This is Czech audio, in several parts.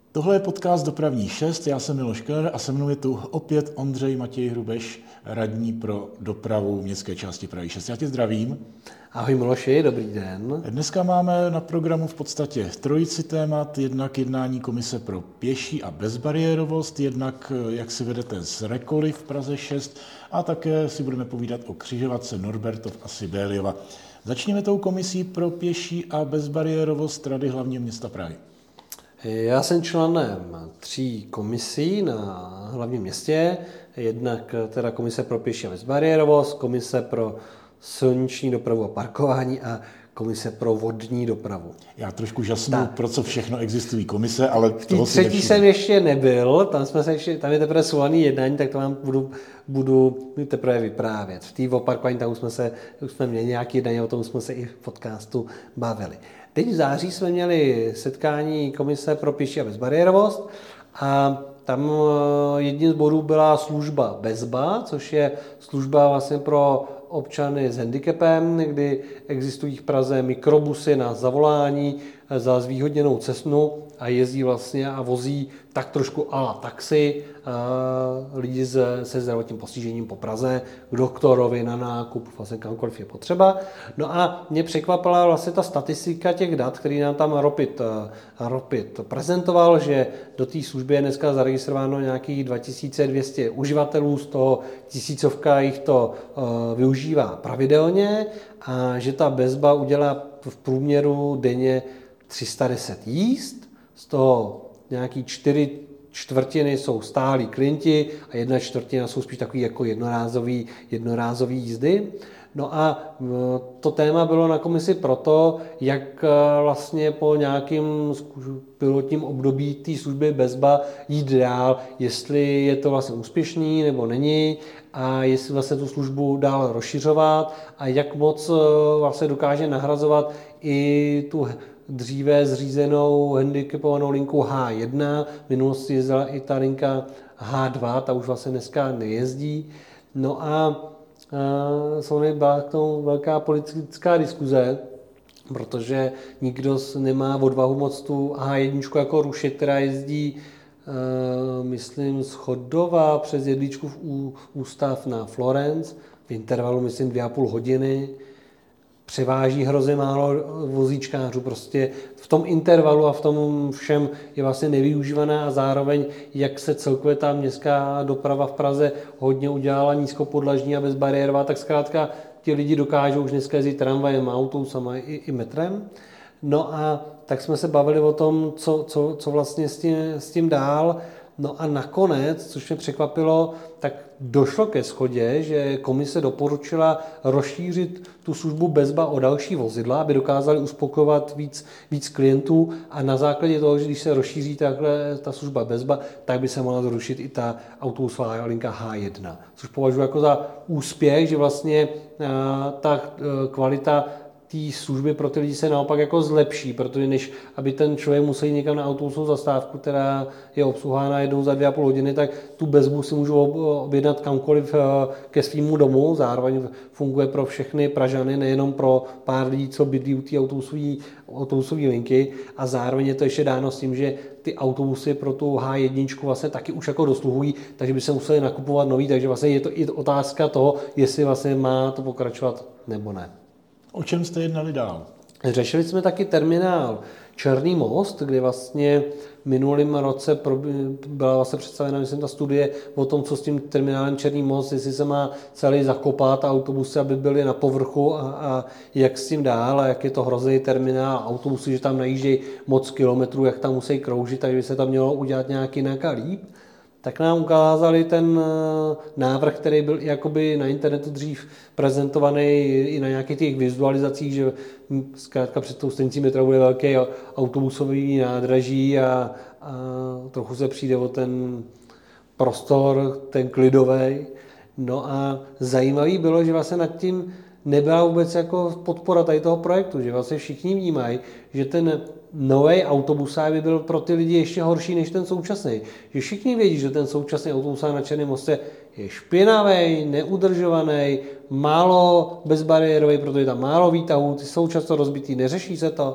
Tohle je podcast Dopravní 6, já jsem Miloš Keller a se mnou je tu opět Ondřej Matěj Hrubeš, radní pro dopravu městské části Prahy 6. Já tě zdravím. Ahoj Miloši, dobrý den. Dneska máme na programu v podstatě trojici témat, jednak jednání komise pro pěší a bezbariérovost, jednak jak si vedete z Rekoly v Praze 6 a také si budeme povídat o křižovatce Norbertov a Sibeliova. Začněme tou komisí pro pěší a bezbariérovost Rady hlavního města Prahy. Já jsem členem 3 komisí na hlavním městě, jednak teda komise pro pěší a bezbariérovost, komise pro silniční dopravu a parkování a komise pro vodní dopravu. Já trošku žasnu, pro co všechno existují komise, ale v té třetí jsem ještě nebyl, tam je teprve svolaný jednání, tak to vám budu teprve vyprávět. V té parkování tam už jsme měli nějaké jednání, o tom jsme se i v podcastu bavili. Teď v září jsme měli setkání komise pro pěší a bezbariérovost a tam jedním z bodů byla služba Bezba, což je služba vlastně pro občany s handicapem, kdy existují v Praze mikrobusy na zavolání za zvýhodněnou cenu a jezdí vlastně a vozí tak trošku a la taxi lidi se zdravotním postižením po Praze k doktorovi na nákup, vlastně kamkoliv je potřeba. No a mě překvapila vlastně ta statistika těch dat, který nám tam Ropit prezentoval, že do té služby je dneska zaregistrováno nějakých 2200 uživatelů, z toho 1000 jich to využívá pravidelně a že ta Bezba udělá v průměru denně 310 jízd, z toho nějaký 4/4 jsou stálí klienti a 1/4 jsou spíš takový jako jednorázový jízdy. No a to téma bylo na komisi proto, jak vlastně po nějakém pilotním období té služby Bezba jít dál, jestli je to vlastně úspěšný nebo není a jestli vlastně tu službu dál rozšiřovat a jak moc vlastně dokáže nahrazovat i tu dříve zřízenou handicapovanou linku H1, v minulosti jezdila i ta linka H2, ta už vlastně dneska nejezdí. No a samozřejmě byla k tomu velká politická diskuze, protože nikdo nemá odvahu moc tu H1 jako rušit, která jezdí, myslím, z Chodova přes Jedličkův ústav na Florence, v intervalu, myslím, 2,5 hodiny. Převáží hrozně málo vozíčkářů, prostě v tom intervalu a v tom všem je vlastně nevyužívaná a zároveň, jak se celkově ta městská doprava v Praze hodně udělala nízkopodlažní a bezbariérová, tak zkrátka ti lidi dokážou už dneska jezdit tramvajem, autobusama i metrem. No a tak jsme se bavili o tom, co vlastně s tím dál. No a nakonec, což mě překvapilo, tak došlo ke shodě, že komise doporučila rozšířit tu službu Bezba o další vozidla, aby dokázali uspokojovat víc klientů a na základě toho, že když se rozšíří takhle ta služba Bezba, tak by se mohla zrušit i ta autobusová linka H1. Což považuji jako za úspěch, že vlastně ta kvalita té služby pro ty lidi se naopak jako zlepší, protože než aby ten člověk musel jít někam na autobusovou zastávku, která je obsluhována jednou za 2,5 hodiny, tak tu Bezbu si můžu objednat kamkoliv ke svému domu, zároveň funguje pro všechny Pražany, nejenom pro pár lidí, co bydlí u té autobusové linky a zároveň je to ještě dáno s tím, že ty autobusy pro tu H1 vlastně taky už jako dosluhují, takže by se museli nakupovat nový, takže vlastně je to i otázka toho, jestli vlastně má to pokračovat nebo ne. O čem jste jednali dál? Řešili jsme taky terminál Černý most, kde vlastně v minulém roce byla vlastně představena, myslím, ta studie o tom, co s tím terminálem Černý most, jestli se má celý zakopat autobusy, aby byly na povrchu a jak s tím dál a jak je to hrozný terminál, autobusy, že tam najíždějí moc kilometrů, jak tam musí kroužit, takže by se tam mělo udělat nějak jinak a líp. Tak nám ukázali ten návrh, který byl jakoby na internetu dřív prezentovaný i na nějakých těch vizualizacích, že zkrátka před tou stanicí metra bude velký autobusový nádraží a trochu se přijde o ten prostor, ten klidový. No a zajímavý bylo, že vlastně nad tím nebyla vůbec jako podpora tady toho projektu, že vlastně všichni vnímají, že ten nový autobusák by byl pro ty lidi ještě horší než ten současný. Že všichni vědí, že ten současný autobusák na Černém mostě je špinavý, neudržovaný, málo bezbariérový, protože je tam málo výtahů, ty jsou často rozbitý, neřeší se to.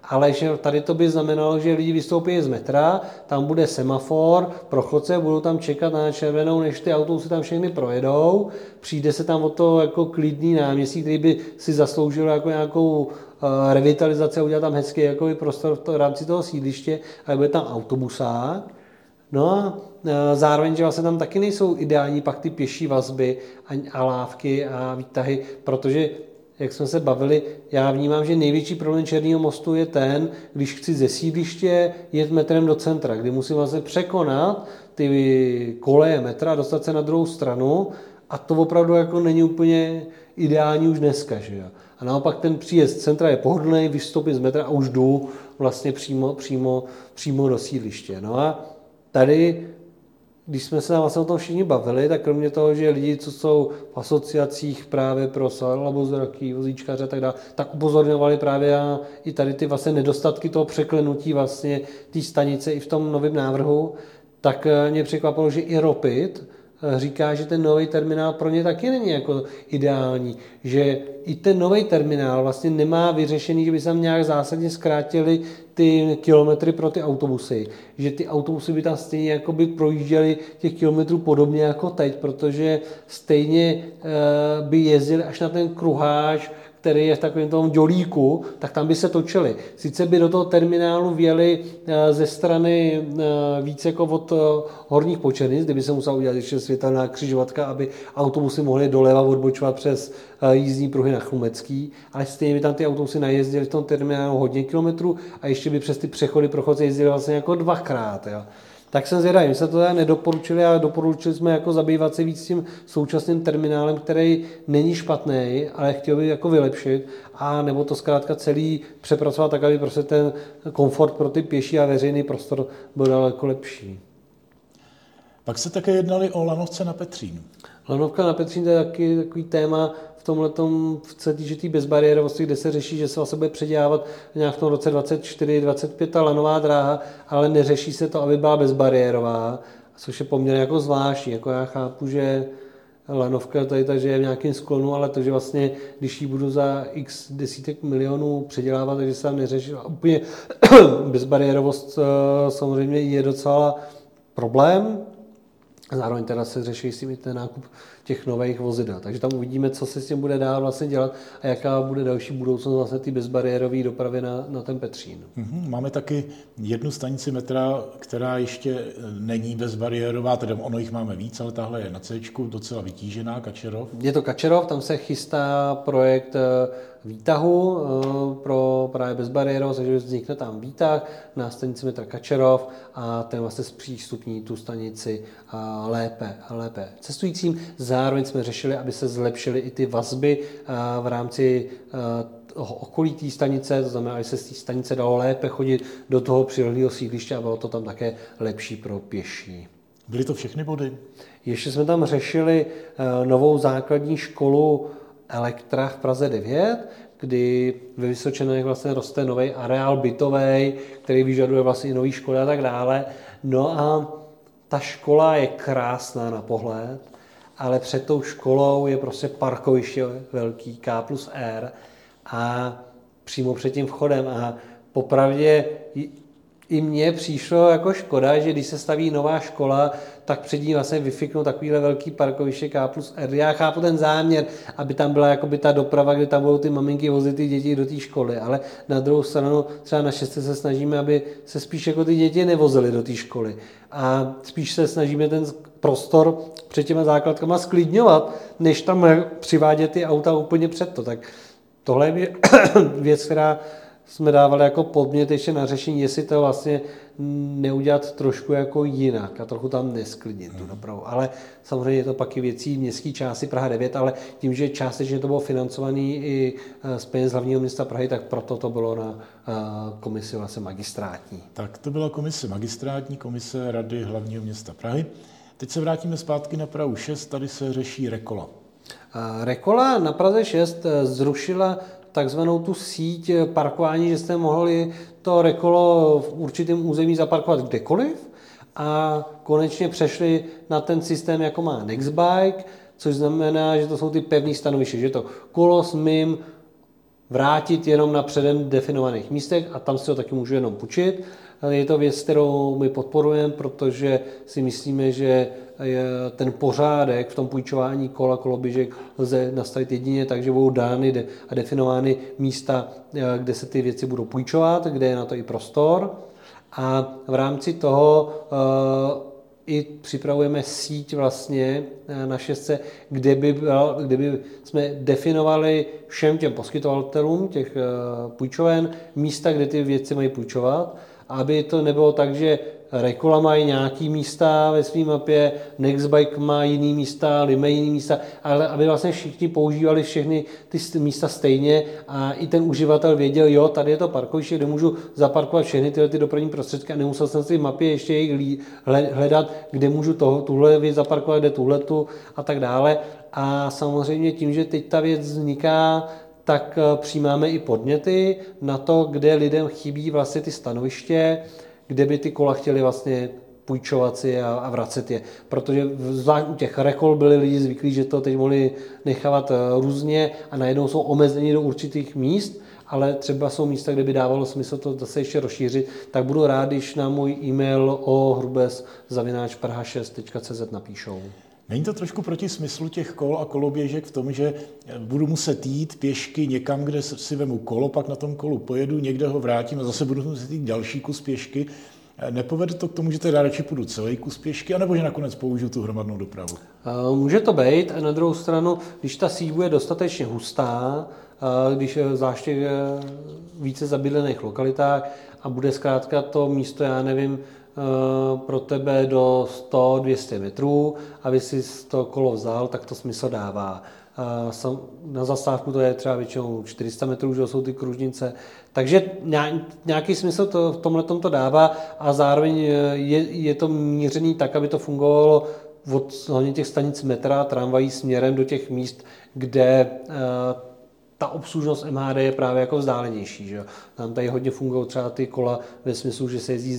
ale že tady to by znamenalo, že lidi vystoupí z metra, tam bude semafor pro chodce, budou tam čekat na červenou, než ty autobusy tam všechny projedou, přijde se tam o to jako klidný náměstí, který by si zasloužil jako nějakou revitalizaci a udělat tam hezký jako prostor v rámci toho sídliště, ale bude tam autobusák. No a zároveň, že vlastně tam taky nejsou ideální pak ty pěší vazby a lávky a výtahy, protože, jak jsme se bavili, já vnímám, že největší problém Černého mostu je ten, když chci ze sídliště jet metrem do centra, kdy musím vlastně překonat ty koleje metra a dostat se na druhou stranu a to opravdu jako není úplně ideální už dneska, že jo. A naopak ten příjezd z centra je pohodlný, vystoupím z metra a už jdu vlastně přímo do sídliště. No a tady, když jsme se vlastně o tom všichni bavili, tak kromě toho, že lidi, co jsou v asociacích právě pro slabozraký, vozíčkaře a tak dále, tak upozorňovali právě i tady ty vlastně nedostatky toho překlenutí vlastně té stanice i v tom novém návrhu, tak mě překvapilo, že i Ropit říká, že ten nový terminál pro ně taky není jako ideální, že i ten nový terminál vlastně nemá vyřešený, že by se tam nějak zásadně zkrátili ty kilometry pro ty autobusy, že ty autobusy by tam stejně jako by projížděly těch kilometrů podobně jako teď, protože stejně by jezdili až na ten kruháč, který je v takovém tom dělíku, tak tam by se točili. Sice by do toho terminálu vjeli ze strany víc jako od Horních Počernic, kde by se musela udělat ještě světelná křižovatka, aby autobusy mohly doleva odbočovat přes jízdní pruhy na Chlumecký, ale stejně by tam ty autobusy najezdily v tom terminálu hodně kilometrů a ještě by přes ty přechody pro chodce jezdili vlastně jako dvakrát. Jo. Tak jsem zvědavý, my jsme to nedoporučili, ale doporučili jsme jako zabývat se víc tím současným terminálem, který není špatný, ale chtěl by jako vylepšit, a nebo to zkrátka celý přepracovat tak, aby prostě ten komfort pro ty pěší a veřejný prostor byl daleko lepší. Pak se také jednali o lanovce na Petřín. Lanovka na Petřín, to je taky takový téma v tomhletom, v celé té bezbariérovosti, kde se řeší, že se vlastně bude předělávat nějak v tom roce 24-25 ta lanová dráha, ale neřeší se to, aby byla bezbariérová, což je poměrně jako zvláštní. Jako já chápu, že lanovka tady takže je v nějakém sklonu, ale to, že vlastně, když ji budu za x desítek milionů předělávat, takže se tam neřeší. A úplně bezbariérovost samozřejmě je docela problém. Zároveň teda se řeší s tím ten nákup těch nových vozidel. Takže tam uvidíme, co se s tím bude dál vlastně dělat a jaká bude další budoucnost vlastně ty bezbariérové dopravy na ten Petřín. Máme taky jednu stanici metra, která ještě není bezbariérová, tedy ono jich máme víc, ale tahle je na C-čku docela vytížená, Kačerov. Je to Kačerov, tam se chystá projekt výtahu pro právě bezbariérovost, takže vznikne tam výtah na stanici metra Kačerov a ten vlastně zpřístupní tu stanici lépe cestujícím. Zároveň jsme řešili, aby se zlepšily i ty vazby v rámci okolí té stanice, to znamená, aby se z té stanice dalo lépe chodit do toho přilehlého sídliště a bylo to tam také lepší pro pěší. Byly to všechny body? Ještě jsme tam řešili novou základní školu Elektra v Praze 9, kdy ve Vysočanech vlastně roste nový areál bytový, který vyžaduje vlastně i nový školy a tak dále. No a ta škola je krásná na pohled, ale před tou školou je prostě parkoviště velký K+R a přímo před tím vchodem. A popravdě i mně přišlo jako škoda, že když se staví nová škola, tak před ní vlastně vyfiknou takovýhle velký parkoviště K+R. Já chápu ten záměr, aby tam byla jakoby ta doprava, kde tam budou ty maminky vozit ty děti do té školy, ale na druhou stranu třeba na šestce se snažíme, aby se spíš jako ty děti nevozily do té školy. A spíš se snažíme ten prostor před těma základkama sklidňovat, než tam přivádět ty auta úplně před to. Tak tohle je věc, která jsme dávali jako podmět ještě na řešení, jestli to vlastně neudělat trošku jako jinak a trochu tam nesklidnit tu dopravu. Ale samozřejmě je to pak i věcí městské části Praha 9, ale tím, že částečně to bylo financované i z peněz hlavního města Prahy, tak proto to bylo na komisi vlastně magistrátní. Tak to byla komise magistrátní, komise Rady hlavního města Prahy. Teď se vrátíme zpátky na Prahu 6, tady se řeší Rekola. Rekola na Praze 6 zrušila takzvanou tu síť parkování, že jste mohli to Rekolo v určitém území zaparkovat kdekoliv a konečně přešli na ten systém, jako má Nextbike, což znamená, že to jsou ty pevné stanoviště, že to kolo s mým vrátit jenom na předem definovaných místech a tam si ho taky můžu jenom půjčit. Je to věc, kterou my podporujeme, protože si myslíme, že ten pořádek v tom půjčování kol a koloběžek lze nastavit jedině tak, že budou dány a definovány místa, kde se ty věci budou půjčovat, kde je na to i prostor. A v rámci toho i připravujeme síť vlastně na šestce, kde by jsme definovali všem těm poskytovatelům těch půjčoven místa, kde ty věci mají půjčovat, aby to nebylo tak, že Recola mají nějaký místa ve své mapě, Nextbike má jiný místa, Lime jiný místa, ale aby vlastně všichni používali všechny ty místa stejně a i ten uživatel věděl, jo, tady je to parkoviště, kde můžu zaparkovat všechny ty dopravní prostředky a nemusel jsem si v mapě ještě jejich hledat, kde můžu tuhle věc zaparkovat, kde tuhletu a tak dále. A samozřejmě tím, že teď ta věc vzniká, tak přijímáme i podněty na to, kde lidem chybí vlastně ty stanoviště, kde by ty kola chtěli vlastně půjčovat si a vracet je. Protože zvlášť u těch rekol byli lidi zvyklí, že to teď mohli nechávat různě a najednou jsou omezeni do určitých míst, ale třeba jsou místa, kde by dávalo smysl to zase ještě rozšířit, tak budu rád, když na můj e-mail ohrubes@praha6.cz napíšou. Není to trošku proti smyslu těch kol a koloběžek v tom, že budu muset jít pěšky někam, kde si vemu kolo, pak na tom kolu pojedu, někde ho vrátím a zase budu muset jít další kus pěšky. Nepovede to k tomu, že teda radši půjdu celý kus pěšky, anebo že nakonec použiju tu hromadnou dopravu? Může to být a na druhou stranu, když ta síť bude dostatečně hustá, když zvláště více zabydlených lokalitách a bude zkrátka to místo, já nevím, pro tebe do 100-200 metrů, aby si to kolo vzal, tak to smysl dává. Na zastávku to je třeba většinou 400 metrů, že jsou ty kružnice. Takže nějaký smysl to v tomhletom to dává a zároveň je to mířený tak, aby to fungovalo od hlavně těch stanic metra, tramvají směrem do těch míst, kde ta obslužnost MHD je právě jako vzdálenější. Že? Tam tady hodně fungují třeba ty kola ve smyslu, že se jezdí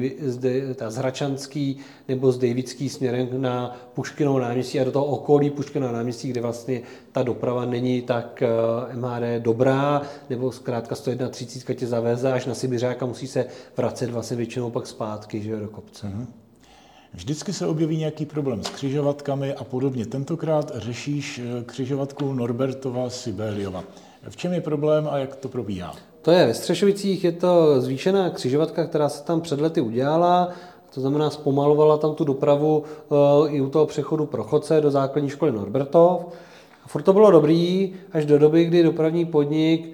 z Hračanský nebo z Davidský směrem na Puškinovo náměstí a do toho okolí Puškinovo náměstí, kde vlastně ta doprava není tak MHD dobrá, nebo zkrátka 131 tě zaveze až na Sibiřák a musí se vracet vlastně většinou pak zpátky, že do kopce. Mm-hmm. Vždycky se objeví nějaký problém s křižovatkami a podobně. Tentokrát řešíš křižovatku Norbertova Sibeliova. V čem je problém a jak to probíhá? To je ve Střešovicích, je to zvýšená křižovatka, která se tam před lety udělala, to znamená zpomalovala tam tu dopravu i u toho přechodu pro chodce do základní školy Norbertov. A furt to bylo dobrý, až do doby, kdy dopravní podnik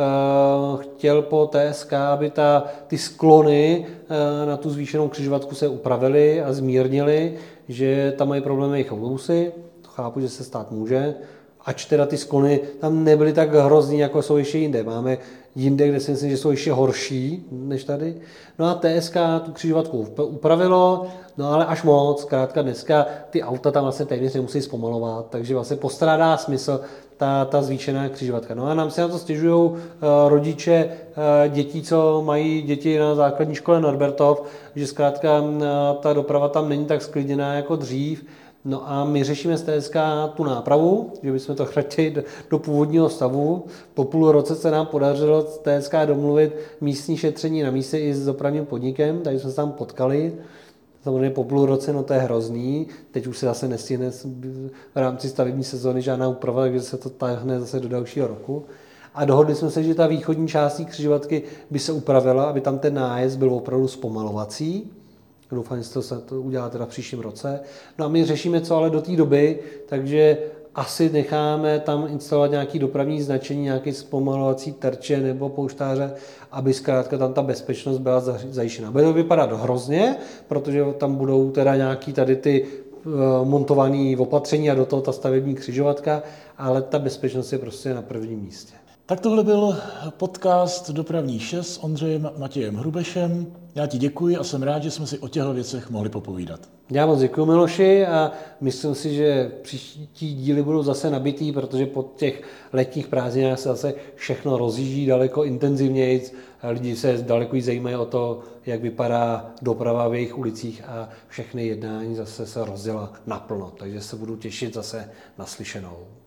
chtěl po TSK, aby ty sklony na tu zvýšenou křižovatku se upravily a zmírnily, že tam mají problémy jejich autobusy, to chápu, že se stát může, ač teda ty sklony tam nebyly tak hrozný, jako jsou ještě jinde. Máme jinde, kde si myslím, že jsou ještě horší než tady. No a TSK tu křižovatku upravilo, no ale až moc, zkrátka dneska ty auta tam vlastně téměř nemusí zpomalovat, takže vlastně postrádá smysl ta zvýšená křižovatka. No a nám se na to stěžují rodiče dětí, co mají děti na základní škole Norbertov, že zkrátka ta doprava tam není tak sklidněná jako dřív. No a my řešíme z TSK tu nápravu, že bychom to chtěli do původního stavu. Po půl roce se nám podařilo z TSK domluvit místní šetření na místě i s dopravním podnikem, tady jsme se tam potkali. Samozřejmě po půl roce, no to je hrozný, teď už se zase nestihne v rámci stavební sezóny žádná úprava, takže se to táhne zase do dalšího roku. A dohodli jsme se, že ta východní část křižovatky by se upravila, aby tam ten nájezd byl opravdu zpomalovací. Doufám, že se to udělá teda v příštím roce. No a my řešíme co ale do té doby, takže asi necháme tam instalovat nějaké dopravní značení, nějaké zpomalovací terče nebo pouštáře, aby zkrátka tam ta bezpečnost byla zajištěna. Bude to vypadat hrozně, protože tam budou teda nějaký tady ty montované opatření a do toho ta stavební křižovatka, ale ta bezpečnost je prostě na prvním místě. Tak tohle byl podcast Dopravní 6 s Ondřejem Matějem Hrubešem. Já ti děkuji a jsem rád, že jsme si o těchto věcech mohli popovídat. Já moc děkuji, Miloši, a myslím si, že příští díly budou zase nabitý, protože po těch letních prázdninách se zase všechno rozjíždí daleko intenzivněji. Lidi se daleko zajímají o to, jak vypadá doprava v jejich ulicích a všechny jednání zase se rozjela naplno. Takže se budu těšit zase na slyšenou.